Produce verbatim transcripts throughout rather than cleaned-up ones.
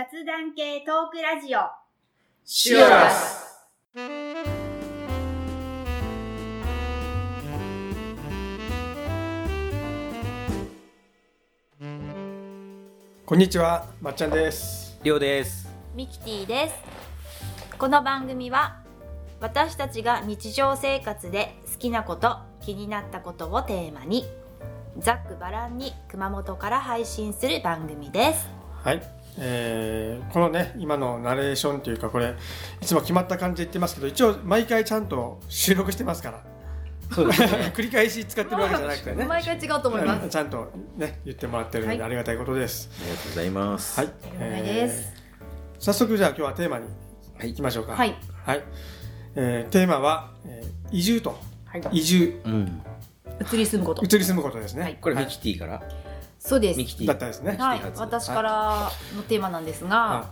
雑談系トークラジオシュアス。こんにちは、まっちゃんです。 りょうです。 ミキティです。この番組は私たちが日常生活で好きなこと、気になったことをテーマにざっくばらんに熊本から配信する番組です。 はい、えー、このね今のナレーションというかこれいつも決まった感じで言ってますけど、一応毎回ちゃんと収録してますからそうです、ね、繰り返し使ってるわけじゃなくてね毎回違うと思います。 ちゃんとね言ってもらってるのでありがたいことです、 はい、ありがとうございます。 はい、 えー、です。 早速じゃあ今日はテーマにいきましょうか。 はい、 はい、えー、テーマは、えー、移住と、はい、移住、 うん、 移り住むこと移り住むことですね、はい、 これミキティから、はい、 そうです。 ミキティだったですね、 はい、私からのテーマなんですが、はい、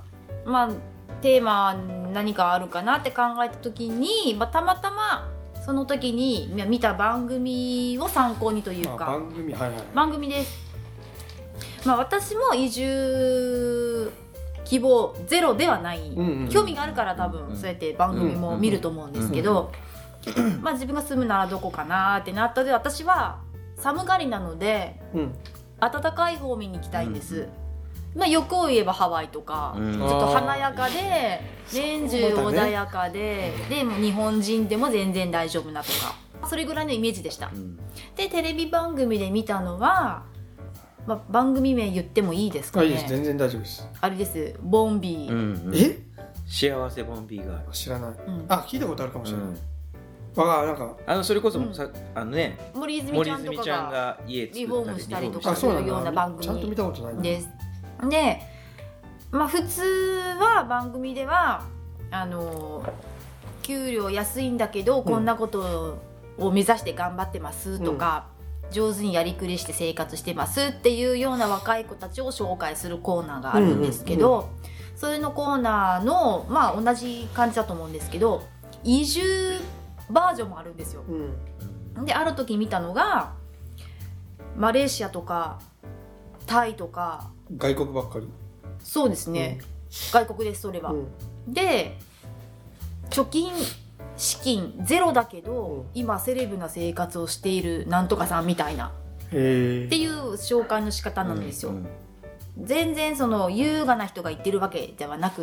まあテーマ何かあるかなって考えた時に、まあ、たまたまその時に見た番組を参考にというか、 番組、はいはい、 番組です。まあ私も移住希望ゼロではない、うんうん、興味があるから多分そうやって番組も見ると思うんですけど、まあ自分が住むならどこかなってなったで、私は寒がりなので、うん、暖かい方面に行きたいんです、うん、まあ欲を言えばハワイとか、うん、ちょっと華やかで年中穏やかで、ね、でも日本人でも全然大丈夫なとか、それぐらいのイメージでした、うん、でテレビ番組で見たのは、まあ、番組名言ってもいいですかね。 いいです、全然大丈夫です。 あれです、ボンビー、うんうん、え幸せボンビーがある。 知らない、うん、あ聞いたことあるかもしれない、うんあなんかあのそれこそさ、うん、あのね森泉ちゃんとかがリフォームしたりとかするような番組です。 ちゃんと見たことないです。で、まあ普通は番組ではあの給料安いんだけど、うん、こんなことを目指して頑張ってますとか、うん、上手にやりくりして生活してますっていうような若い子たちを紹介するコーナーがあるんですけど、うんうんうん、それのコーナーのまあ同じ感じだと思うんですけど、移住バージョンもあるんですよ、うん、である時見たのがマレーシアとかタイとか外国ばっかり。 そうですね、うん、外国ですそれは、うん、で貯金資金ゼロだけど、うん、今セレブな生活をしているなんとかさんみたいなっていう紹介の仕方なんですよ、うんうん、全然その優雅な人が言ってるわけではなくって、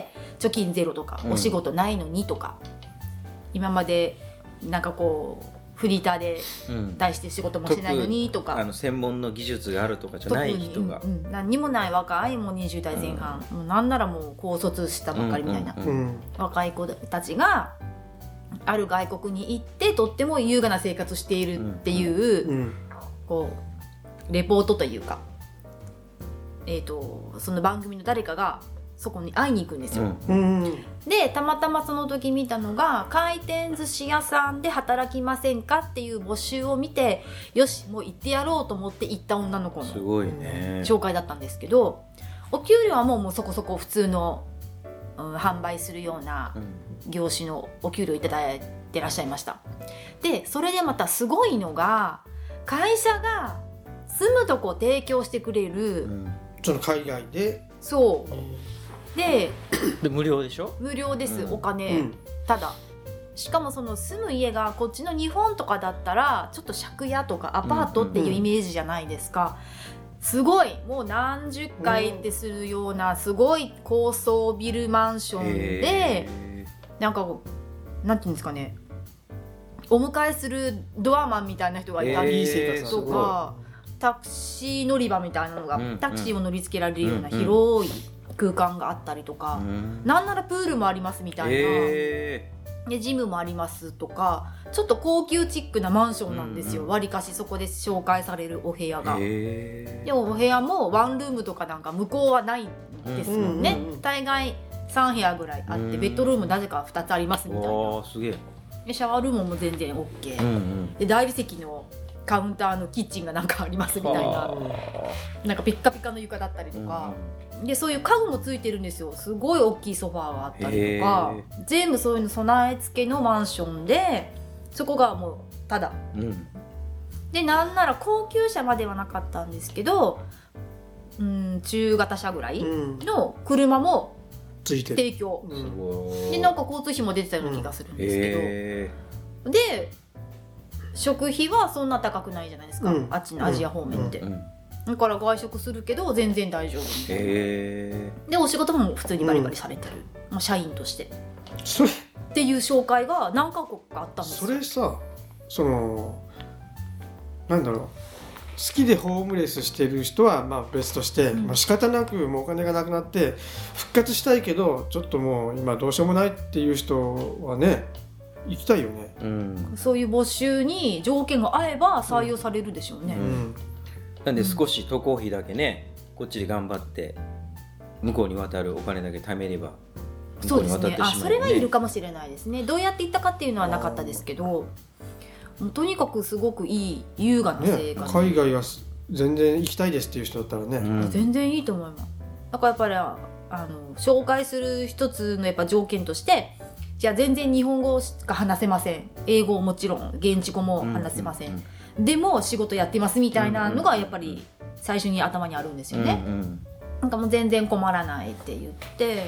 貯金ゼロとか、うん、お仕事ないのにとか、今までなんかこうフリーターで対して仕事もしないのにとか、 うん、あの専門の技術があるとかじゃない人が、 うんうん、何にもない若いもうにじゅう代前半、うん、もうなんならもう高卒したばっかりみたいな、うんうんうん、若い子たちがある外国に行ってとっても優雅な生活しているっていう、うんうん、こうレポートというか、えーと、その番組の誰かがそこに会いに行くんですよ、うん、でたまたまその時見たのが回転寿司屋さんで働きませんかっていう募集を見て、よしもう行ってやろうと思って行った女の子のすごいね紹介だったんですけど、お給料はもう、もうそこそこ普通の、うん、販売するような業種のお給料いただいてらっしゃいました。でそれでまたすごいのが、会社が住むとこを提供してくれる、うん、 その海外でそう、うんで, で無料でしょ。 無料です、うん、お金、うん、ただしかもその住む家がこっちの日本とかだったらちょっと借家とかアパートっていうイメージじゃないですか、うんうん、すごいもう何十階ってするようなすごい高層ビルマンションで、なんかなんていうんですかね、お迎えするドアマンみたいな人がいたりとか、タクシー乗り場みたいなのが、うんうん、タクシーを乗り付けられるような広い空間があったりとか、うん、なんならプールもありますみたいな、えー、でジムもありますとか、ちょっと高級チックなマンションなんですよ、うんうん、割かしそこで紹介されるお部屋が、えー、でもお部屋もワンルームとかなんか向こうはないですもんね、うんうんうん、大概さん部屋ぐらいあって、うん、ベッドルームなぜかふたつありますみたいな、 すげえ。 でシャワールームも全然 OK、うんうん、で大理石のカウンターのキッチンがなんかありますみたいな、なんかピッカピカの床だったりとか、うん、でそういう家具もついてるんですよ。すごい大きいソファーがあったりとか、全部そういうの備え付けのマンションで、そこがもうただ、うん、でなんなら高級車まではなかったんですけど、 うん、中型車ぐらいうんの車もついてる。 提供、 うんすごいでなんか交通費も出てたような気がするんですけど、 へで食費はそんな高くないじゃないですか、 うんあっちのアジア方面って、 ーうんだから外食するけど全然大丈夫みたいな、 へでお仕事も普通にバリバリされてる、もう社員としてそれっていう紹介が何カ国かあったんですよ。 それさ、そのなんだろう、好きでホームレスしてる人はまあ別として、 うんまあ仕方なくもうお金がなくなって復活したいけどちょっともう今どうしようもないっていう人はね行きたいよね。 ーうんそういう募集に条件が合えば採用されるでしょうね、 ううんんなんで少し渡航費だけねこっちで頑張って向こうに渡るお金だけ貯めれば向こにそうですね、 渡ってしまうよあそれはいるかもしれないですね。どうやって行ったかっていうのはなかったですけど、もうとにかくすごくいい優雅なね生活、 海外は全然行きたいですっていう人だったらね、 うん全然いいと思います。だからやっぱりあの紹介する一つのやっぱ条件として、じゃあ全然日本語しか話せません、英語もちろん現地語も話せません、 うんでも仕事やってますみたいなのがやっぱり最初に頭にあるんですよね、 うんうんなんかもう全然困らないって言って、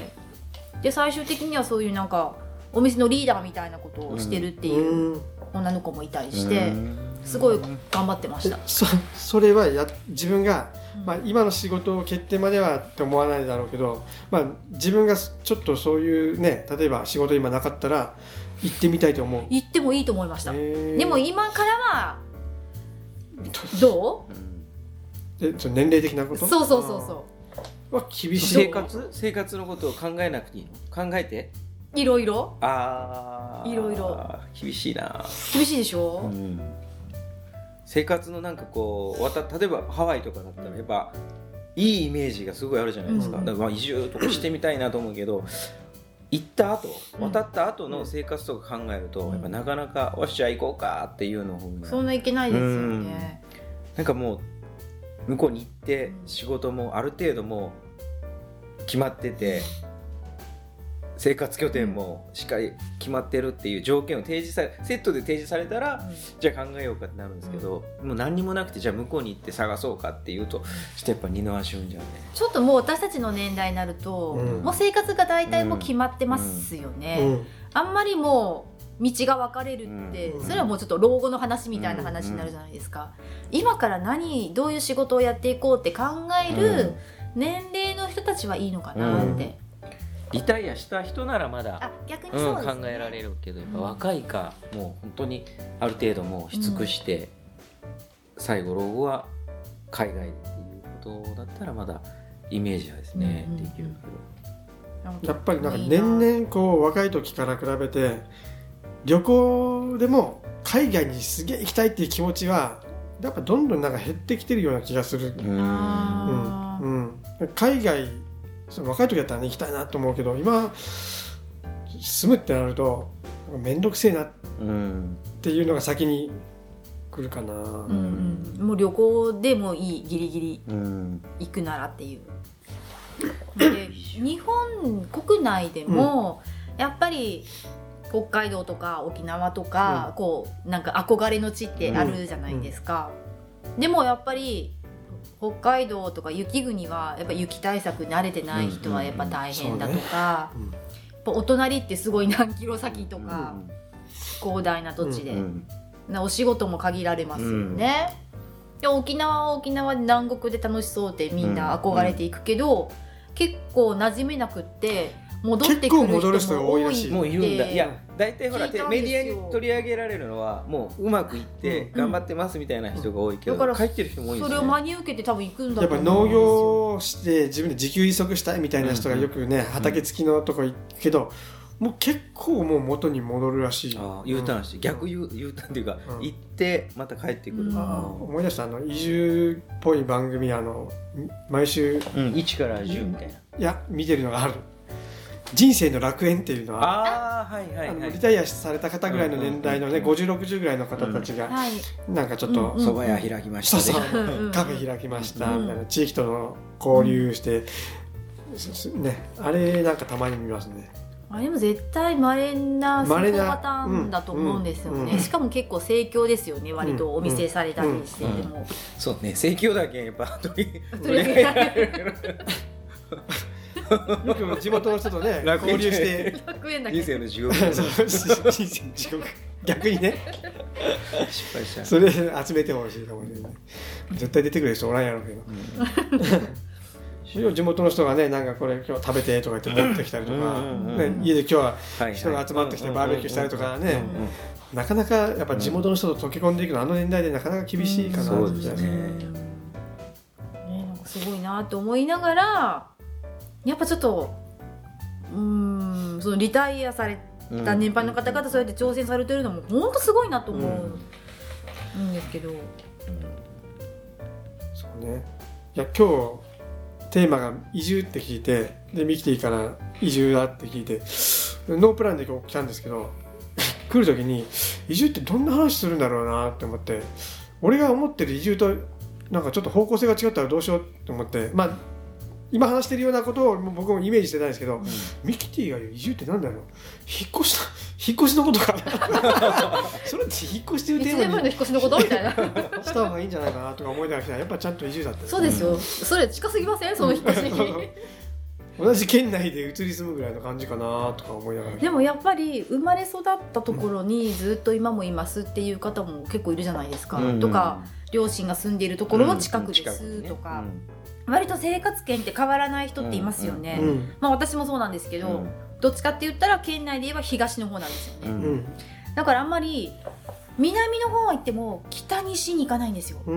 で最終的にはそういうなんかお店のリーダーみたいなことをしてるっていううん女の子もいたりして、 うんすごい頑張ってました。 そそれはや自分が、 うんまあ、今の仕事を決定まではって思わないだろうけど、まあ、自分がちょっとそういうね、例えば仕事今なかったら行ってみたいと思う。 言ってもいいと思いました。 へーでも今からはどえその年齢的なことうそうそうそうそうは厳しい。 生活生活のことを考えなくていいの？考えていろいろあーいろいろ厳しいな、 厳しいでしょ、 うん生活のなんかこうわた例えばハワイとかだったらやっぱいいイメージがすごいあるじゃないですか、 うんだからまあ移住とかしてみたいなと思うけど行った後うん渡った後の生活とか考えると、 うんやっぱなかなかよっしゃ行こうかっていうの方がそんないけないですよね。 なんかもう向こうに行って仕事もある程度もう決まってて生活拠点もしっかり決まってるっていう条件を提示されセットで提示されたらじゃあ考えようかってなるんですけど、もう何にもなくてじゃあ向こうに行って探そうかっていうとちょっとやっぱ二の足踏んじゃうね。 ちょっともう私たちの年代になると、 うんもう生活が大体もう決まってますよね、 うんあんまりもう道が分かれるって、 うんそれはもうちょっと老後の話みたいな話になるじゃないですか、今から何どういう仕事をやっていこうって考える年齢の人たちはいいのかなって、 うんリタイアした人ならまだあ逆にうん、 そうですね、 考えられるけどやっぱ若いか、もう本当にある程度もうし尽くして、最後老後は海外っていうことだったらまだイメージはですね、 うんうんうんできるけやっぱりなんか年々こう若い時から比べて旅行でも海外にすげえ行きたいっていう気持ちはやっぱどんどんなんか減ってきてるような気がする。 ど、うんあーうんうん、海外その若い時だったら、ね、行きたいなと思うけど今住むってなると面倒くせえなっうんていうのが先に来るかな、 うんうん、もう旅行でもいいギリギリうん行くならっていうで日本国内でも、やっぱり北海道とか沖縄とか、 うんこうなんか憧れの地ってあるじゃないですか、でもやっぱり北海道とか雪国はやっぱ雪対策慣れてない人はやっぱ大変だとか、 うんやっぱお隣ってすごい何キロ先とか、広大な土地で、 うんなお仕事も限られますよね、で沖縄は沖縄で南国で楽しそうってみんな憧れていくけど、結構馴染めなくって戻ってくる結構戻る人が人も多いって多いらしいもういるんだ。いや大体ほら聞いたんメですよディアに取り上げられるのはもううまくいってうん頑張ってますみたいな人が多いけど、 だから帰ってる人も多いんですよね。 それを真に受けて多分行くんだやっぱと思うんですよ。 農業をして自分で自給自足したいみたいな人がよくね、畑付きのとこ行くけどもう結構もう元に戻るらしい。 ああ U ターンして、逆 U, U ターンっていうか、 うん行ってまた帰ってくる、 うんあー思い出したあの移住っぽい番組あの毎週うん、いちからじゅうみたいな、 いや見てるのがある人生の楽園っていうのはああはいはいあのはいリタイアされた方ぐらいの年代のねうんごじゅうろくじゅうぐらいの方たちがはい、 なんかちょっとうん蕎麦屋開きましそうたね、 そううんカフェ開きましたうんみたいな地域との交流して、すすね、あれなんかたまに見ますね。 あれも絶対稀な成稀な功パターンだと思うんですよね、 うんうん、 しかも結構盛況ですよね、割とお店されたりしてても、 うんうん、そうね、盛況だけやっぱ取り取り上げられるよく地元の人とね交流して人生の地獄人生の地獄逆にね失敗したそれ集めてほしいかもしれない。絶対出てくる人おらんやろうけど、うん、地元の人がねなんかこれ今日食べてとか言って持ってきたりとか、ね、家で今日は人が集まってきてバーベキューしたりとかね、なかなかやっぱ地元の人と溶け込んでいくのあの年代でなかなか厳しいかな、 うん、そうですね、 ね、なんかすごいなと思いながらやっぱちょっとうーんそのリタイアされた年配の方々そうやって挑戦されてるのも本当すごいなと思うんですけど、うんうん、 そうね。いや今日テーマが移住って聞いてでミキティから移住だって聞いてノープランで今日来たんですけど来る時に移住ってどんな話するんだろうなって思って俺が思ってる移住となんかちょっと方向性が違ったらどうしようって思ってまあ今話してるようなことを僕もイメージしてないんですけど、うん、ミキティが言う移住ってなんだろう引っ越し引っ越しのことかなそれって引っ越してるテーマにいちねんまえの引っ越しのことみたいなした方がいいんじゃないかなとか思いながらやっぱちゃんと移住だった、ね、 そうですよ、うん、それ近すぎませんその引っ越し同じ県内で移り住むぐらいの感じかなとか思いながらでもやっぱり生まれ育ったところにずっと今もいますっていう方も結構いるじゃないですか、うん、とか両親が住んでいるところの近くですとか、うん、割と生活圏って変わらない人っていますよね、うんうん、まあ、私もそうなんですけど、うん、どっちかって言ったら県内で言えば東の方なんですよね、うん、だからあんまり南の方は行っても北西に行かないんですよ、うん、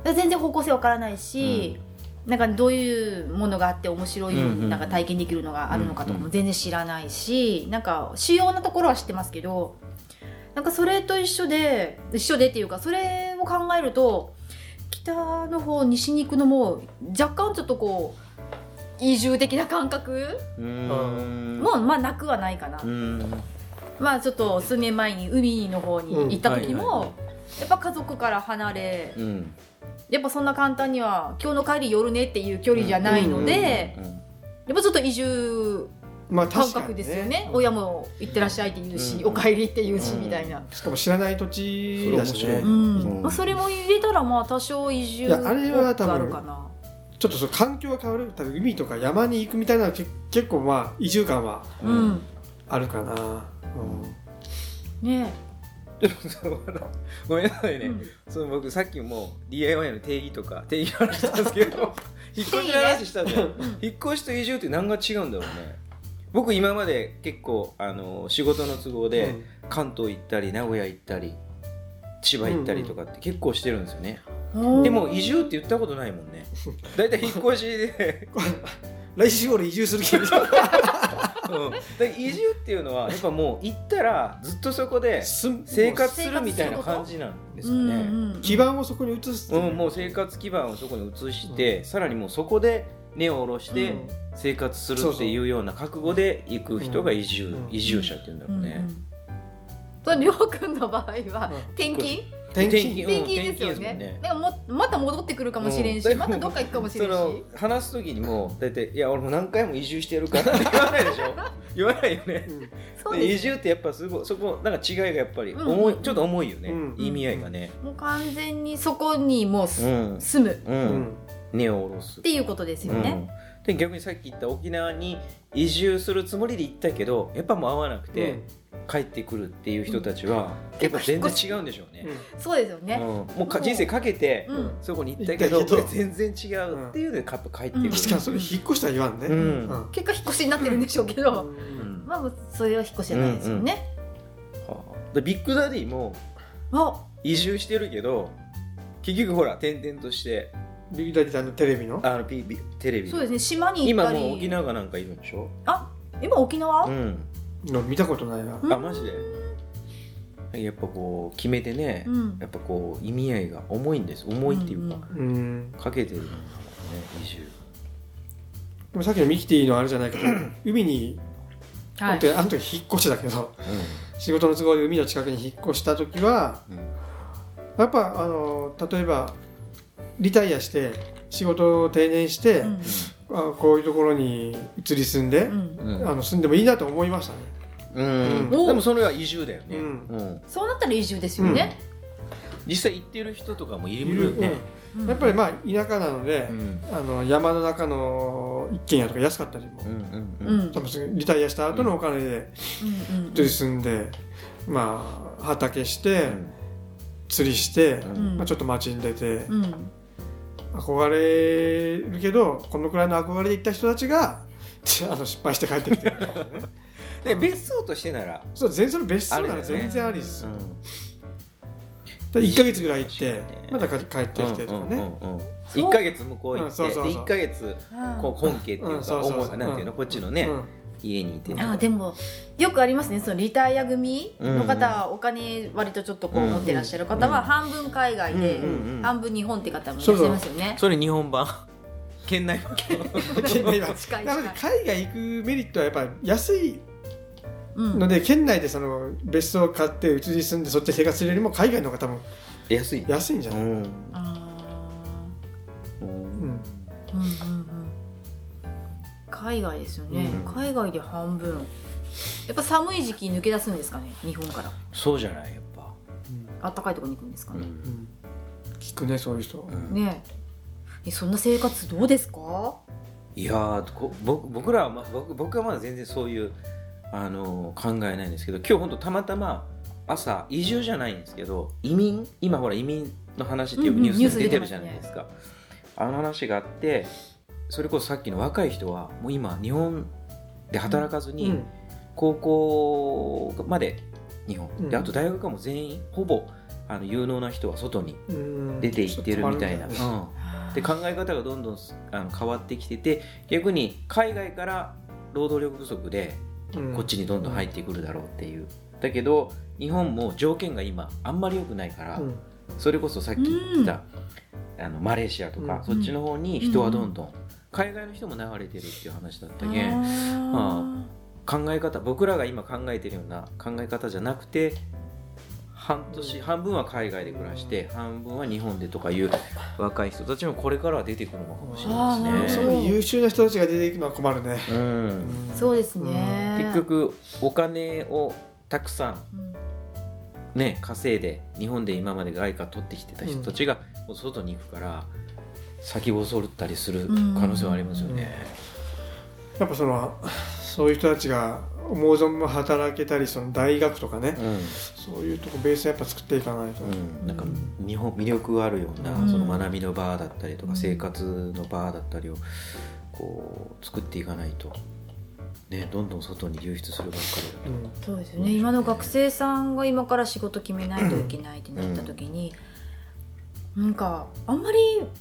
全然方向性わからないし、うん、なんかどういうものがあって面白いなんか体験できるのがあるのかとかも全然知らないし、なんか主要なところは知ってますけどなんかそれと一緒で一緒でっていうかそれを考えると北の方西に行くのも若干ちょっとこう移住的な感覚もまあなくはないかな。まあちょっと数年前に海の方に行った時もやっぱ家族から離れ、うん、やっぱそんな簡単には今日の帰り寄るねっていう距離じゃないので、やっぱちょっと移住感覚ですよね、ね、親も行ってらっしゃいって言うし、うん、お帰りって言うし、うん、みたいな、 しかも知らない土地だしね、 うんうん、まあ、それも入れたらまあ多少移住があるかな。 ちょっとその環境が変わる、多分海とか山に行くみたいなのは結構まあ移住感はあるかな、うんうん、ねえごめんなさいね、うん、その僕さっきも ディーアイワイ の定義とか定義の話したんですけど引っ越しの話したじゃん、うん、引っ越しと移住って何が違うんだろうね。僕今まで結構あの仕事の都合で関東行ったり名古屋行ったり千葉行ったりとかって結構してるんですよね、うんうん、でも移住って言ったことないもんね。だいたい引っ越しで来週俺移住するけど、 うん、だ移住っていうのはやっぱもう行ったらずっとそこで生活するみたいな感じなんですかね、 うんうん、基盤をそこに移す、 うん、もう生活基盤をそこに移して、うん、さらにもうそこで根を下ろして生活するっていうような覚悟で行く人が移住、うん、移住者っていうんだろうね、 うんうん、りょうくんの場合は転勤、 転勤転勤ですよね。でももまた戻ってくるかもしれんし、うん、またどっか行くかもしれんし、その話す時にもだいたいいや俺も何回も移住してやるからって言わないでしょ言わないよね、うん、そうです。移住ってやっぱすごいそこなんか違いがやっぱり重い、うんうん、ちょっと重いよね、うん、意味合いがね、 もう完全にそこにもう、うん、住む、 うんうん、根を下ろすっていうことですよね、 うん、で逆にさっき言った沖縄に移住するつもりで行ったけどやっぱもう合わなくて、うん、帰ってくるっていう人たちは、うん、やっぱ全然違うんでしょうね、 うん、そうですよね、うん、 もうか人生かけて、うん、そこに行ったけど、うん、全然違うっていうのでやっぱ帰ってくる、うん、 しかもそれ引っ越したら言わんね、うんうん、結果引っ越しになってるんでしょうけど、うん、まあそれは引っ越しじゃないですよね、 うんうんはあ、でビッグダディも移住してるけど結局ほら転々としてビッグダディさんのテレビのあのピピテレビそうですね、島に行ったり今もう沖縄がなんかいるんでしょ。 あ今沖縄、うん、 見たことないな、 あマジでやっぱこう決めてね、うん、やっぱこう意味合いが重いんです。重いっていうか、うんうん、かけてるんですよね移住。 でもさっきのミキティのあれじゃないけど海に、はい、本当にあの時引っ越しだけど、うん、仕事の都合で海の近くに引っ越した時は、うん、やっぱあの例えばリタイアして仕事を定年して、うん、 あこういうところに移り住んで、 うんうんあの住んでもいいなと思いましたね。 うんうんでもそれは移住だよね、 うんうんそうなったら移住ですよね、 実際行ってる人とかもいるよね、 うんやっぱりまあ田舎なので、 うんあの山の中の一軒家とか安かったりも、 うんううんん多分リタイアした後のお金でうんうん移り住んで、まあ畑して、 うん釣りして、 うんまあ、ちょっと街に出て、 うん憧れるけどこのくらいの憧れで行った人たちがあの失敗して帰ってきてるからねで別荘としてならそう全然その別荘ならあるよね全然ありです、 うんでいっかげつぐらい行ってねまた帰ってきてとかね、 うんうんうんいっかげつ向こう行って、 うんそうそうそうでいっかげつこう本家っていうか、 うんそうそうそう主なんていうのこっちのね、 うん家にいて、 あでもよくありますねそのリタイア組の方、 うんお金割とちょっとこう持ってらっしゃる方はうん半分海外で、 うんうんうん半分日本って方もいらっしゃいますよね。 それ日本版県内版県内は近いなので近い海外行くメリットはやっぱり安いうんので、県内でその別荘を買って移り住んでそっちで生活するよりも海外の方が多分安い安いんじゃない、 うんあうんうんーうんうんうん海外ですよね、 うん海外で半分やっぱ寒い時期抜け出すんですかね日本からそうじゃないやっぱ、 あったかいところに行くんですかね、 うんうん聞くねそういう人、 うんねえそんな生活どうですか？ いやーこ僕僕らは、ま、僕僕はまだ全然そういう、あのー考えないんですけど今日本当たまたま朝移住じゃないんですけど移民今ほら移民の話ってよくニュースで出てるじゃないですか、あの話があってそれこそさっきの若い人はもう今日本で働かずに、 うん高校まで日本、 うんであと大学はもう全員ほぼあの有能な人は外にうん出ていってるみたいな、 ちょっと変わうんで考え方がどんどんあの変わってきてて逆に海外から労働力不足でるんだよねこっちにどんどん入ってくるだろうっていう、だけど日本も条件が今あんまり良くないから、 うんそれこそさっき言った、あのマレーシアとか、 うんそっちの方に人はどんどん、海外の人も流れてるっていう話だったけん、 あ考え方僕らが今考えてるような考え方じゃなくて半年、 うん半分は海外で暮らして、半分は日本でとかいう若い人たちもこれからは出てくるのかもしれあーないですね。 そういう優秀な人たちが出ていくのは困るね、 うんうんそうですね、 結局お金をたくさんうんね稼いで日本で今まで外貨取ってきてた人たちがもう外に行くから先細ったりする可能性はありますよね。 やっぱそのそういう人たちが思う存分働けたりその大学とかね、 うんそういうとこベースやっぱ作っていかないと、 うん、なんか日本魅力があるような、 うんその学びの場だったりとか、 うん生活の場だったりをこう作っていかないと、ね、どんどん外に流出するばっかりだと、 そうですよね今の学生さんが今から仕事決めないといけないってなった時に、なんかあんまり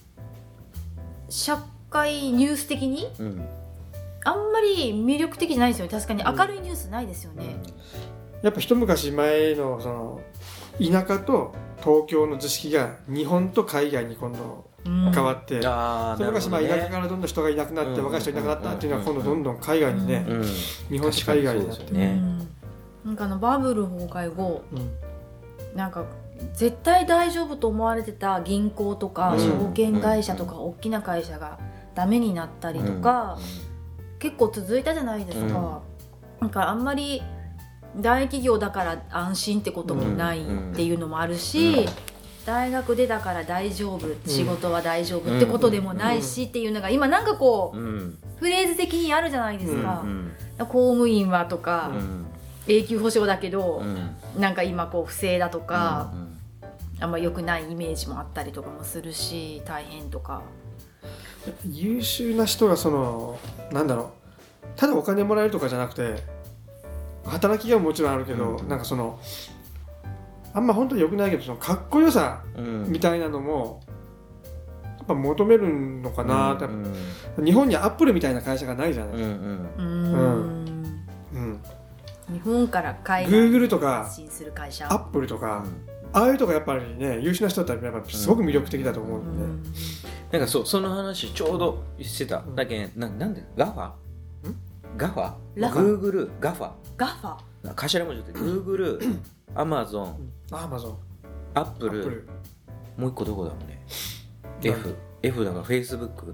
社会ニュース的にうんあんまり魅力的じゃないですよね。確かに明るいニュースないですよね、 やっぱ一昔前のその田舎と東京の図式が日本と海外に今度うん変わって、 あその昔まあ田舎からどんどん人がいなくなって、 うん若い人いなくなったっていうのは今度どんどん海外にね、 うん、 日本と海外になって確かにそうですよねうんなんかあのバブル崩壊後うんなんか絶対大丈夫と思われてた銀行とかうん証券会社とか大きな会社がダメになったりとか、結構続いたじゃないですか、なんかあんまり大企業だから安心ってこともないっていうのもあるし、 うん大学でだから大丈夫、仕事は大丈夫ってことでもないしっていうのが今なんかこう、 うんフレーズ的にあるじゃないですか、 うん公務員はとか、 うん永久保証だけど、 うんなんか今こう不正だとか、 うんあんま良くないイメージもあったりとかもするし大変とか。 優秀な人がそのなんだろうただお金もらえるとかじゃなくて働きがもちろんあるけど、 うんなんかそのあんま本当に良くないけどそのかっこよさうんみたいなのもやっぱ求めるのかなって、 うん日本にアップルみたいな会社がないじゃない、 うんうんうーんうん、 日本から海外 Google とにか発信する会社。 アップルとか、ああいうとこやっぱりね優秀な人だったらやっぱすごく魅力的だと思ううんで、 んなんかそうその話ちょうどしてた、 うんだけんななんでガファガファラファグーグルガファガファ頭文字でグーグルアマゾンアマゾンアップルアップルもう一個どこだろうねなん F F だからフェイスブック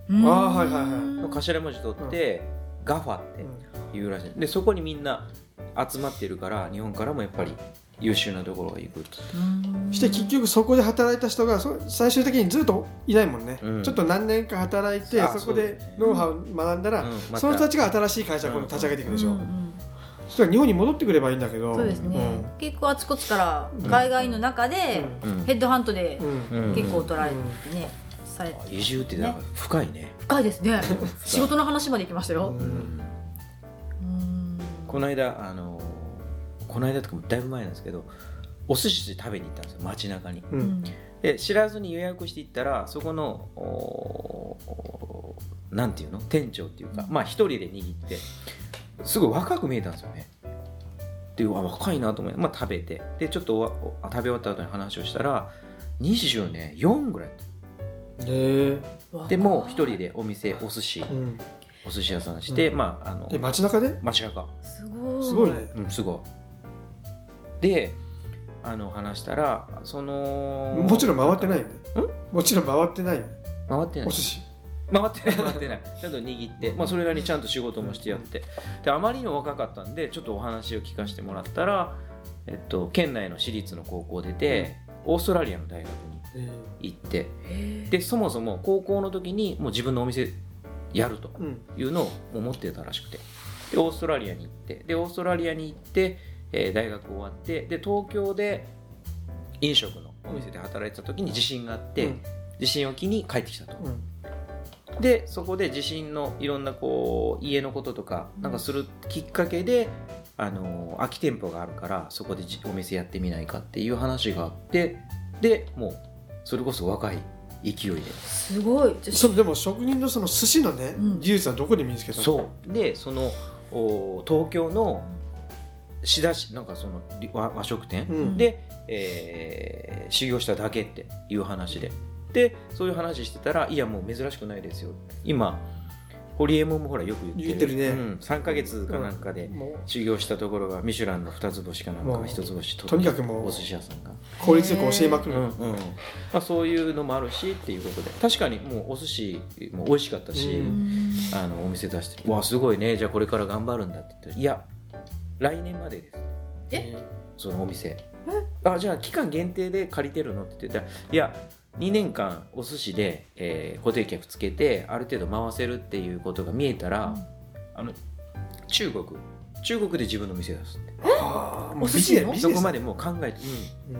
うんあーはいはいはいの頭文字取って、うん、ガファっていうらしい。でそこにみんな集まってるから日本からもやっぱり優秀なところが行くと。 して結局そこで働いた人が最終的にずっといないもんね、うん、ちょっと何年か働いてそこでノウハウを学んだら、うんま、その人たちが新しい会社を立ち上げていくでしょ、うんうんうん、そしたら日本に戻ってくればいいんだけど。 そうですね、うん、結構あちこちから海外の中でヘッドハントで結構取られてね、されて、 移住ってなんか深いね。 深いですね仕事の話まで行きましたよ、うんうん、 この間あのこの間とかもだいぶ前なんですけどお寿司で食べに行ったんですよ街中に、うん、で知らずに予約して行ったらそこのなんていうの店長っていうか、まあ一人で握ってすごい若く見えたんですよね。でうわ若いなと思って、まあ、食べてでちょっと食べ終わった後に話をしたらにじゅうよんぐらいへでもう一人でお店お寿司、うん、お寿司屋さんして、うん、まああのえ街中で街中すごいすごいね、 うん、すごいであの話したらそのもちろん回ってないよね。もちろん回ってないよね。 回ってないお寿司回ってない回ってないちゃんと握って、まあ、それなりにちゃんと仕事もしてやってであまりにも若かったんでちょっとお話を聞かせてもらったら、えっと、県内の私立の高校出て、うん、オーストラリアの大学に行って、でそもそも高校の時にもう自分のお店やるというのを思ってたらしくてでオーストラリアに行ってでオーストラリアに行ってえー、大学終わってで東京で飲食のお店で働いてた時に地震があって、うん、地震を機に帰ってきたと、うん、でそこで地震のいろんなこう家のこととかなんかするきっかけで、あのー、空き店舗があるからそこでお店やってみないかっていう話があってでもうそれこそ若い勢いですごいそのでも職人のその寿司のね、うん、技術はどこで身につけたの？ そうでその東京の仕出しなんかその 和, 和食店、うん、で、えー、修行しただけっていう話ででそういう話してたらいやもう珍しくないですよ今堀江門もほらよく言ってる、 言ってるね、 うん、さんかげつかなんかで修行したところがミシュランのふたつ星かなんかひとつ星とにかくもうお寿司屋さんが効率よく教えまくる、 うんうんまあ、そういうのもあるしっていうことで確かにもうお寿司も美味しかったし、あのお店出してわすごいねじゃあこれから頑張るんだって言っていや来年までですえそのお店あじゃあ期間限定で借りてるのって言ったらいやにねんかんお寿司で、えー、固定客つけてある程度回せるっていうことが見えたら、うん、あの中国中国で自分の店出すってあお寿司のそこまでもう考えて、うんうん、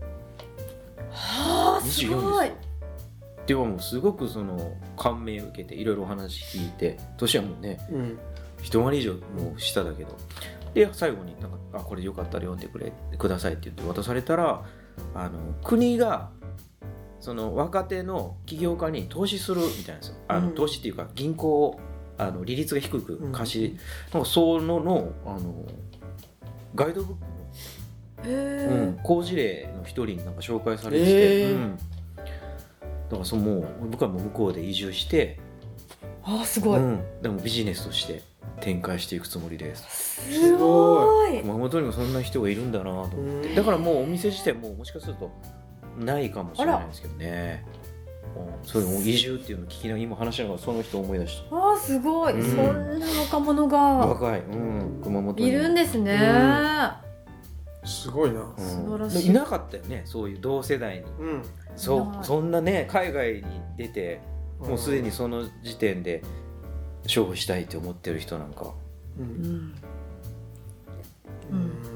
はあすごいでももうすごくその感銘を受けていろいろお話聞いて年はもうね、うん、一回り以上もう下だけどで最後になんかあこれよかったら読んでくれくださいって言って渡されたらあの国がその若手の起業家に投資するみたいなんですよ。あの、うん、投資っていうか銀行をあの利率が低く貸し、うん、なんかそののあのガイドブックの、うん、好事例の一人になんか紹介されてて、うん、だからそのもう僕はもう向こうで移住してあすごい、うん、 でもビジネスとして展開していくつもりです。 すごい熊本にもそんな人がいるんだなと思ってだからもうお店自体ももしかするとないかもしれないですけどね。それも移住っていうのを聞きながら今話しながらその人を思い出した。 あーすごい、うん、そんな若者が若い、うん、熊本にいるんですね、 うん、すごいな、 うん、素晴らしい。いなかったよねそういう同世代に、うん、そうそんなね海外に出てもうすでにその時点で勝負したいって思ってる人なんか、うんうんうん、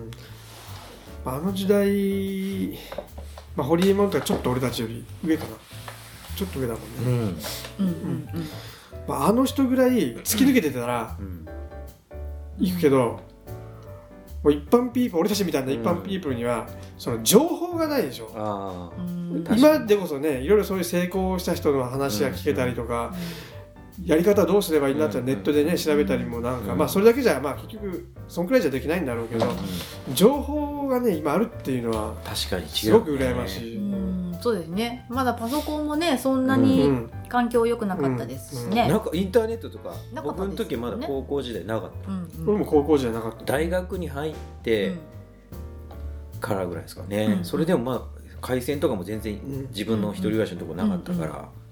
あの時代、まあ、堀江門とはちょっと俺たちより上かなちょっと上だもんね、うんうんうんまあ、あの人ぐらい突き抜けてたら行くけど、もう一般ピープル俺たちみたいな一般ピープルにはその情報がないでしょ、あ今でこそねいろいろそういう成功した人の話が聞けたりとか、うん、やり方どうすればいいんだってネットでね調べたりもなんか、まあそれだけじゃまあ結局そんくらいじゃできないんだろうけど、情報がね今あるっていうのは確かに違う、ね、 すごく羨ましい。 うんそうですね。まだパソコンもねそんなに環境良くなかったですしね、うんうん、 なんかインターネットとか僕の時まだ高校時代なかった、 うんうん、俺も高校時代なかった。 大学に入ってからぐらいですかね、うん、それでもまあ回線とかも全然自分の一人暮らしのとこなかったから、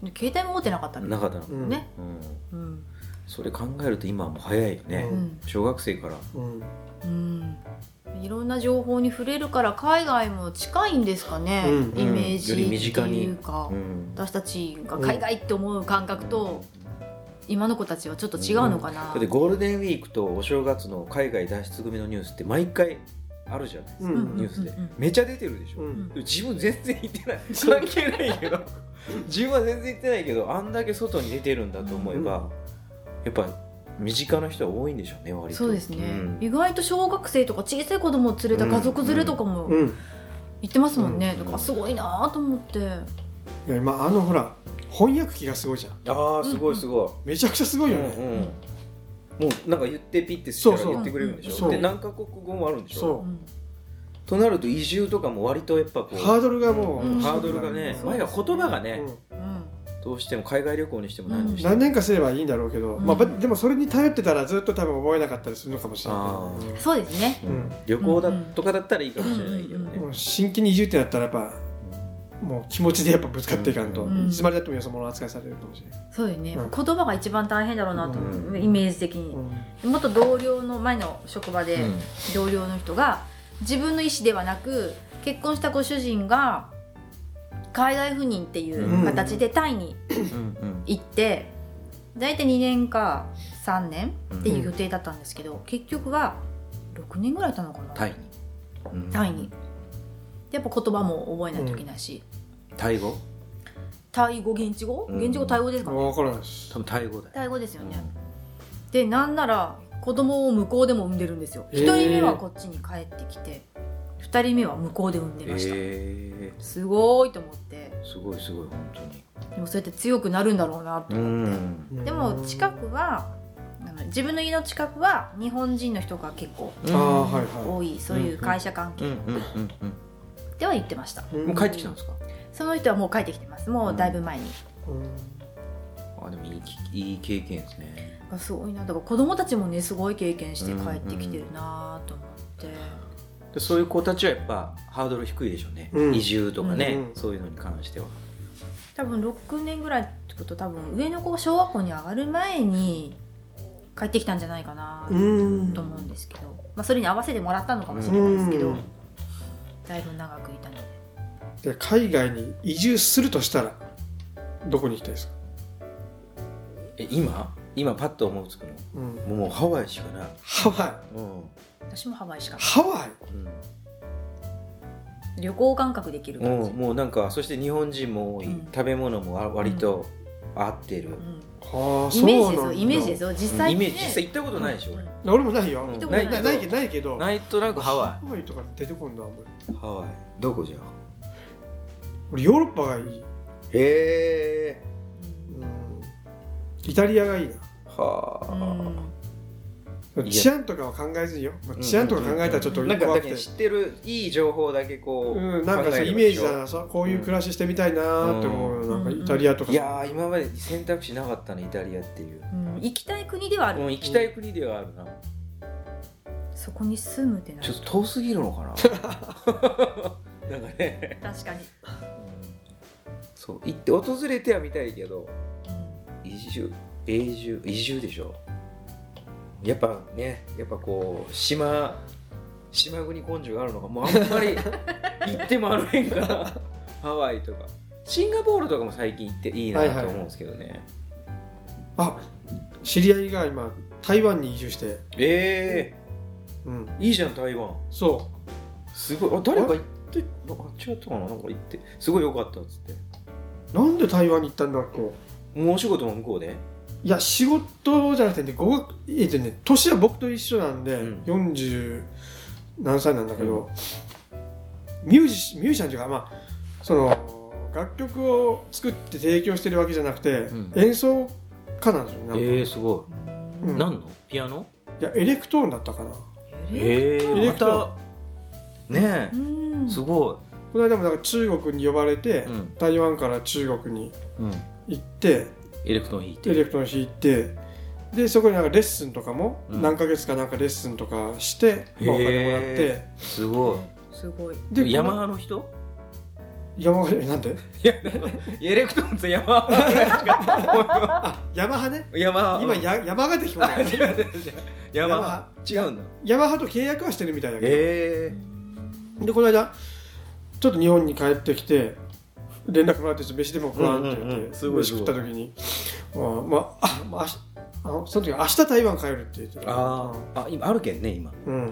携帯も持ってなかったのなかったの、 うんね、 うんうんそれ考えると今はもう早いよね、 うん小学生からうんうんいろんな情報に触れるから海外も近いんですかね、 うんイメージより身って近にいうか、 うん私たちが海外って思う感覚と、今の子たちはちょっと違うのかな、 だってゴールデンウィークとお正月の海外脱出組のニュースって毎回あるじゃないですか、 うんニュースで、 うんうんうんめちゃ出てるでしょ、 うん自分全然行ってない関係ないけど自分は全然行ってないけどあんだけ外に出てるんだと思えば、 うんやっぱ身近な人は多いんでしょうね割とそうですね、 ん意外と小学生とか小さい子供を連れた家族連れとかもうん行ってますもんね、 うんだからすごいなと思って、 いや今あのほら翻訳機がすごいじゃんああすごいすごい、 めちゃくちゃすごいよね、 うんうんもうなんか言ってピッてしたらそうそう言ってくれるんでしそうょで何カ国語もあるんでしょそううんとなると移住とかも割とやっぱこうハードルがもう、 うんハードルがね、 うん前は言葉がね、 うんうんどうしても海外旅行にしても何にしても、 何年かすればいいんだろうけど、 うんまあ、ばでもそれに頼ってたらずっと多分覚えなかったりするのかもしれないけど、 そうですね、 うん旅行だとかだったらいいかもしれないけどね、 うんもう新規に移住ってなったらやっぱもう気持ちでやっぱぶつかっていかんと、 うんいつまでだってもよそ者扱いされるかもしれない、 そうですね、 うん言葉が一番大変だろうなと思う、 うんイメージ的に、元同僚の前の職場でうん同僚の人が自分の意思ではなく結婚したご主人が海外赴任っていう形でタイにうん行って大体にねんかさんねんっていう予定だったんですけど、結局はろくねんぐらいいたのかな、 タイに、うんタイにでやっぱ言葉も覚えないといけないし、 タイ語タイ語現地語、 うん現地語タイ語ですかね、 分からないです多分タイ語だよ、 タイ語ですよね、でなんなら子供を向こうでも産んでるんですよ、 へーひとりめはこっちに帰ってきてふたりめは向こうで産んでました、 えすごいと思ってー、すごいすごい本当にでもそうやって強くなるんだろうなとう思って、 んでも近くはあの自分の家の近くは日本人の人が結構ああはいは多い、そういう会社関係うんうんうんでは言ってました、 い、 うんもう帰ってきたんですかその人はもう帰ってきてますもうだいぶ前に、 うんあでもいいきいい経験ですねすごいなだから子供たちもねすごい経験して帰ってきてるなと思って、 でそういう子たちはやっぱハードル低いでしょうね、 うん移住とかね、 うんそういうのに関しては多分ろくねんぐらいってこと多分上の子が小学校に上がる前に帰ってきたんじゃないかなうんと思うんですけど、まあ、それに合わせてもらったのかもしれないですけど、 うんだいぶ長くいたのでで海外に移住するとしたらどこに行きたいですか、 え今今パッと思いつくのうん、 もうハワイしかない、 ハワイうん私もハワイしかハワイ旅行感覚できるうん、も感じ、 うもうなんかそして日本人も多い、 うん食べ物もあ割と合ってる、 うんはあイメージですそうなんだよイメージですよ実際にねイメージ実際行ったことないでしょ、 うん俺もないよ、 うん行ったことないないないけどないけどないとなくハワハワイとか出てこんのあんまりイハワイどこじゃ俺ヨーロッパがいい、 へえうん、イタリアがいいなはあ、 うんいや治安とかは考えずによ、まあ、治安とか考えたらちょっとなんか怖くてだけど知ってるいい情報だけこう、 うん、なんかさ考えればイメージだなさこういう暮らししてみたいなーって思うよ、 うんなんかイタリアとかいやー今まで選択肢なかったねイタリアっていう、 うん行きたい国ではある、 もう行きたい国ではあるな、 そこに住むってなるちょっと遠すぎるのかななんかね確かに、 そう行って訪れてはみたいけどうん移住永住移住でしょやっぱねやっぱこう島島国根性があるのかもうあんまり行ってもあるへんからハワイとかシンガポールとかも最近行っていいなと思うんですけどね、 あ知り合いが今台湾に移住して、 えうん、 ー、いいじゃん台湾そすごいあ誰か行ってなんか違ったかななんか行ってすごい良かったっつってうなんで台湾に行ったんだっけもうお仕事も向こうでいや仕事じゃなくてね語学えっとね年は僕と一緒なんで、 うんよんじゅう何歳なんだけど、ミュージミュージシャンというかまあその楽曲を作って提供してるわけじゃなくて、 うん演奏家なんですよねなんかえー、すごい、 うん何のピアノいやエレクトーンだったかなえー、まエレクトーンたねうんえすごいこの間もなんか中国に呼ばれて、 うん台湾から中国にうん行ってエレクトーン弾いてエレクトーン弾いてでそこになんかレッスンとかもうん何ヶ月かなんかレッスンとかして、まあお金もらってすごいすごいでヤマハの人山マハなんでいやエレクトーンとヤマハあヤマハねヤマハ今やヤマハって聞こえないヤマハ違うんだヤマハと契約はしてるみたいだけど、 へでこの間ちょっと日本に帰ってきて連絡もらって飯でも食わんって言って、 うんうんうんすごい飯食った時にあまああまああのその時明日台湾帰るって言ってたああ今あるけんね今うん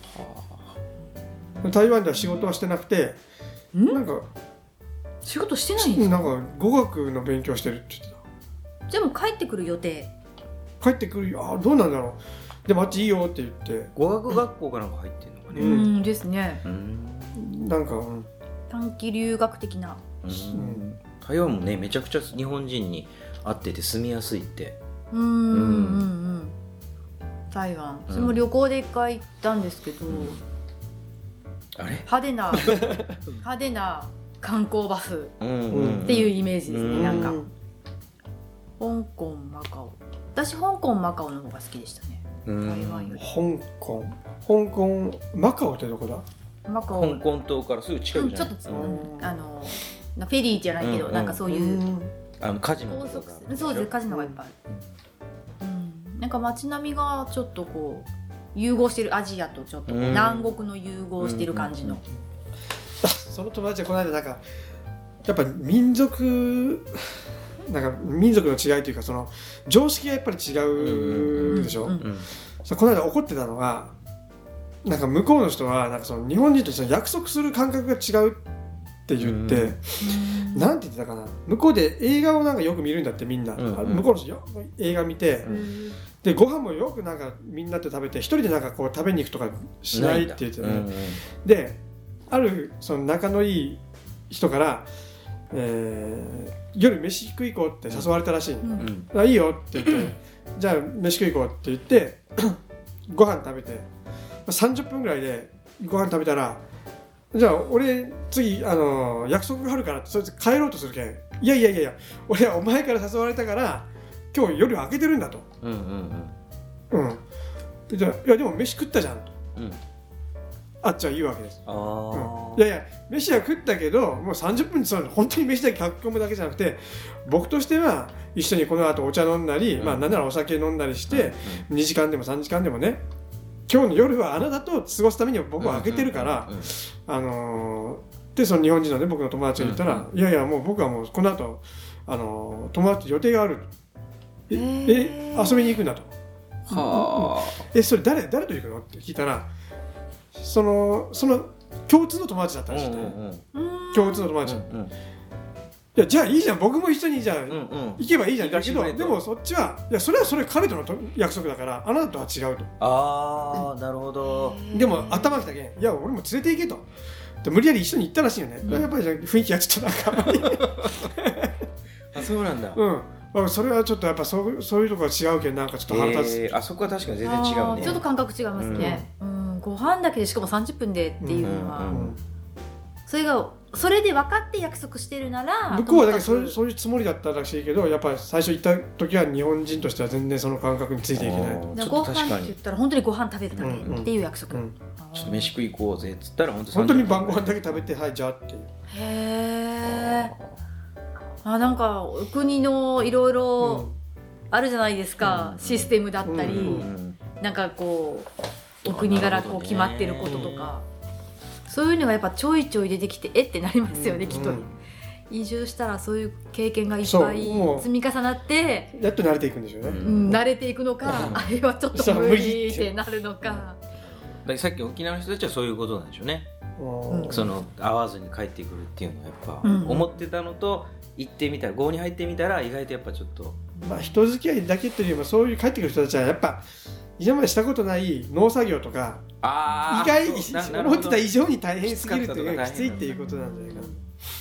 台湾では仕事はしてなくてんなんか仕事してないんですか？ なんか語学の勉強してるって言ってじゃあもう帰ってくる予定。 た帰ってくるよあどうなんだろうでもあっちいいよって言って語学学校かなんか入ってんのかねううんんですね。 うんなんか、うん短期留学的な。 うん台湾もねめちゃくちゃ日本人に会ってて住みやすいってうんうんうんうん台湾それも旅行で一回行ったんですけど、 あれ派手な派手な観光バスうんうんっていうイメージですね、 うんなんかうん香港マカオ私香港マカオの方が好きでしたねうん台湾より香港香港マカオってどこだマカオ香港島からすぐ近くじゃないうんちょっと、 うんあのフェリーじゃないけど、 うんなんかそういう、 んあのカジノ高とか速そうですカジノがいっぱいある、うん、なんか街並みがちょっとこう融合してるアジアとちょっとこううん南国の融合してる感じの、 あその友達はこの間なんかやっぱ民族なんか民族の違いというかその常識がやっぱり違うでしょ、 うんうんうんそうこの間怒ってたのがなんか向こうの人はなんかその日本人とその約束する感覚が違うって言って、 うんなんて言ってたかな向こうで映画をなんかよく見るんだってみんな、 うんうんあ向こうの人よ映画見て、 うんでご飯もよくなんかみんなで食べて一人でなんかこう食べに行くとかしないって言ってたね、 うんであるその仲のいい人から、えー夜飯食い行こうって誘われたらしい、 うんうんあいいよって言ってじゃあ飯食い行こうって言ってご飯食べてさんじゅっぷんぐらいでご飯食べたらじゃあ俺次あの約束があるからってそいつ帰ろうとするけんいやいやいやいや俺はお前から誘われたから今日夜明けてるんだとうんうんうんでじゃあいやでも飯食ったじゃんとうんうんあっちは言うわけです、 あうん、 あいやいや飯は食ったけどもうさんじゅっぷんってその本当に飯だけ書き込むだけじゃなくて僕としては一緒にこの後お茶飲んだり、 うんまあなんならお酒飲んだりして、にじかんでもさんじかんでもね今日の夜はあなたと過ごすために僕は開けてるから、 うんうんうんあのー、でその日本人のね僕の友達が言ったら、 うんいやいやもう僕はもうこの後、あのー、友達と予定があるえへーえ遊びに行くんだとはえそれ誰誰と行くのって聞いたらそのその共通の友達だったあらしくて、 うん共通の友達、いうんやじゃあいいじゃん僕も一緒にじゃあ、 うんうん行けばいいじゃんだけど行かしてくれとでもそっちはいやそれはそれ彼とのと約束だからあなたとは違うとああなるほどでも頭きたけんいや俺も連れて行けとで無理やり一緒に行ったらしいよね、 うんやっぱり雰囲気がちょっとなんかあそうなんだうんあそれはちょっとやっぱそうそういうところが違うけんなんかちょっと腹立つ、 えーあそこは確かに全然違うねあーちょっと感覚違いますね、うん、ご飯だけでしかもさんじゅっぷんでっていうのは、 うんうんそれがそれで分かって約束してるなら向こうはだけどそうとにかくそういうつもりだったらしいけどやっぱり最初行った時は日本人としては全然その感覚についていけないと、 ちょっでごと確かに飯って言ったら本当にご飯食べるだけっていう約束、 うん、 あーちょっと飯食い行こうぜっつったら本当本当に晩ご飯だけ食べてはいじゃあっていうへえあなんかお国のいろいろあるじゃないですか、 うんシステムだったり、 うんなんかこうお国柄こう決まってることとか、そういうのがやっぱちょいちょい出てきてえってなりますよね、 うんきっと、 うん移住したらそういう経験がいっそうぱいもう積み重なってやっと慣れていくんでしょうね、 うんうん、慣れていくのか、 うんあれはちょっと無理ってなるのか、 だからさっき沖縄の人たちはそういうことなんでしょうね、 うんその会わずに帰ってくるっていうのはやっぱ、 うん思ってたのと行ってみたら郷に入ってみたら意外とやっぱちょっとまあ、人付き合いだけっていうよりもそういう帰ってくる人たちはやっぱ今までしたことない農作業とかあ意外そうななる思ほどってた以上に大変すぎるっていうかきつかったとか大変きついっていうことなんじゃないかな、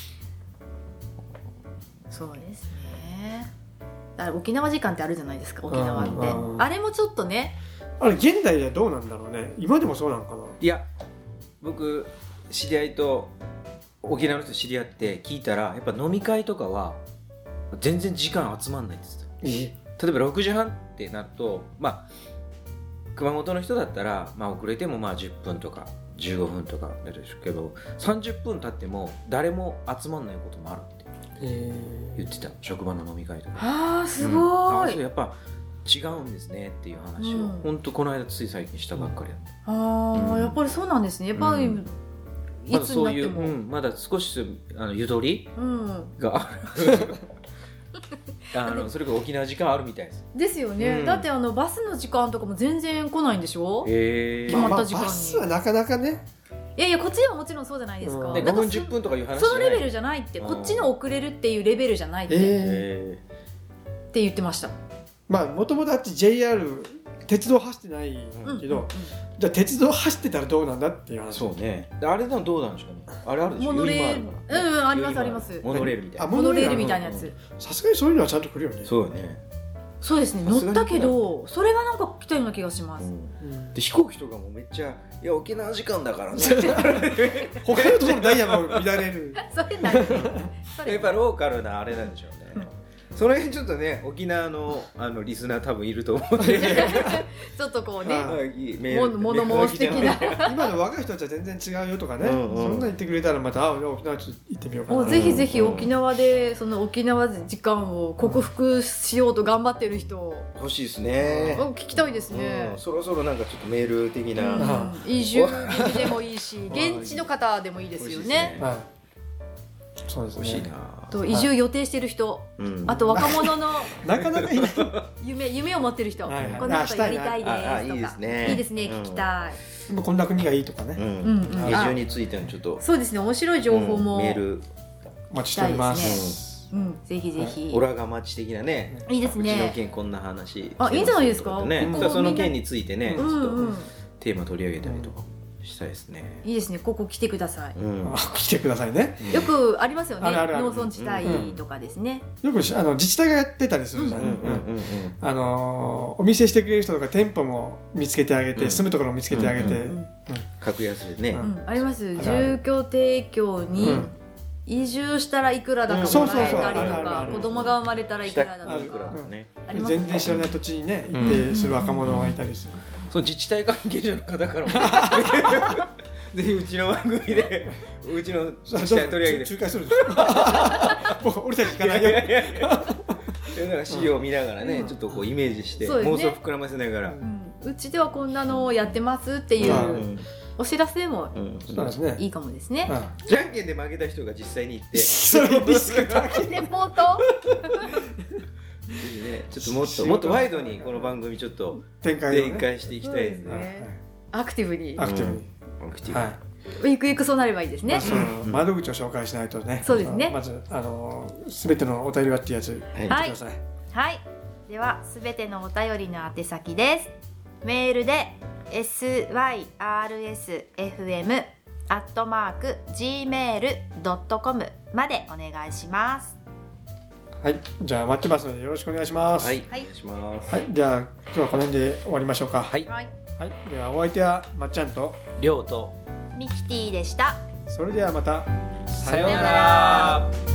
そうですねだから沖縄時間ってあるじゃないですか沖縄って、 うんうんあれもちょっとねあれ現代ではどうなんだろうね今でもそうなのかないや僕知り合いと沖縄の人知り合って聞いたらやっぱ飲み会とかは全然時間集まんないって言ってた例えばろくじはんってなるとまあ熊本の人だったら、まあ、遅れてもまあじゅっぷんとかじゅうごふんとかだでしょうけどさんじゅっぷん経っても誰も集まんないこともあるってえ言ってた、職場の飲み会とか。 あーすうんごい、 あそうやっぱ違うんですねっていう話を、 うん本当この間つい最近したばっかりだった、 あー、 うんやっぱりそうなんですねやっぱり、 うんいつまだそういう、 になっても、 うん、まだ少しあのゆとりうんがあるあのそれが沖縄時間あるみたいです。 ですよね、 うんだってあのバスの時間とかも全然来ないんでしょ、 へ決まった時間にバスはなかなかね、 いやいやこっちではもちろんそうじゃないですか、 うんでなんかごふんじゅっぷんとかいう話そのレベルじじゃないって、 うんこっちの遅れるっていうレベルじゃないって、 えっえへて言ってました、 まあもともとあっち ジェイアール 鉄道走ってないうんけど、じゃあ鉄道走ってたらどうなんだっていう話。 そうね。であれのどうなんでしょうね。あれあるでしょ。 モノレールユリもあるからうんうんありますユリもありますモノレールみたいあな。 モノレールみたいなやつ、 うんさすがにそういうのはちゃんと来るよね。 そうよね。 そうですねさすがに乗ったけどそれがなんか来たような気がします、 うんうんで飛行機とかもめっちゃいや沖縄時間だからね。 他のところダイヤも乱れる。 それ何それやっぱローカルなあれなんでしょうね。その辺ちょっとね沖縄のあのリスナー多分いると思うんで。 ちょっとこうねあメールも物申す的な今の若い人たちは全然違うよとかね、 うんうんそんな言ってくれたらまたあ沖縄ちょっと行ってみようかな。 もうぜひぜひ沖縄でその沖縄時間を克服しようと頑張ってる人を欲しいですね。 聞きたいですねうん、そろそろなんかちょっとメール的な。 うんうん移住組でもいいし現地の方でもいいですよねはい、そうですね。 欲しいな。 と移住予定してる人うんあと若者のなかなかいない。 夢夢を持ってる人はいこんなことやりたいですとああいいかですねいいですねうん聞きたい今こんな国がいいとかね、 うんうんうん移住についてのちょっとそうですね面白い情報もうんメール、 お待ちしております。 したうんぜひぜひオラが町的なね。 いいですうちのね県こんな話あいいんじゃないですかね、 ここだからその県についてね、 うんちょっとうんテーマ取り上げたりとかしたいですね。 いいですねここ来てくださいうんあ来てくださいね。 よくありますよねあるあるある農村地帯とかですねよくしあの自治体がやってたりするじゃん。 うんうんうんあのーお店してくれる人とか店舗も見つけてあげて、 うん住むところも見つけてあげて、 うん格安でね、 ううんありまする住居提供にうん移住したらいくらだともらえそうそうそうたりとかあるあるある子供が生まれたらいくらだと下いくらかとかね。 ありますね全然知らない土地にね行っうてする若者がいたりする。 その自治体関係者の方からもぜひうちの番組でうちの自治体取り上げて仲介するんですか。もう俺たち聞かないよ。 いやいやいやなんか資料を見ながらね、ちょっとこうイメージして、 そうですね妄想膨らませながら、 うんうちではこんなのをやってますっていううんお知らせもうんそうですね。 いいかもですねうんじゃんけんで負けた人が実際に行ってそれリスク高い。 レポートぜひね、ちょっともっともっとワイドにこの番組ちょっと展開をね展開していきたいですそうですね。 ねアクティブにアクティブに。 アクティブはい。 ゆくゆくそうなればいいですねまあその窓口を紹介しないとね。 そうですねまずあのすべてのお便りはっていうやつ言ってはいください。 はい。では、すべてのお便りの宛先です。メールで エスワイアールエスエフエム アットマーク ジーメール ドットコム までお願いします。 はい。じゃあ待ってますのでよろしくお願いします。 はい、 はいお願いします。 はい。じゃあ今日はこの辺で終わりましょうか。 はい、 はい。 はい。ではお相手はまっちゃんと、 りょうとミキティでした。 それではまた。 さようなら。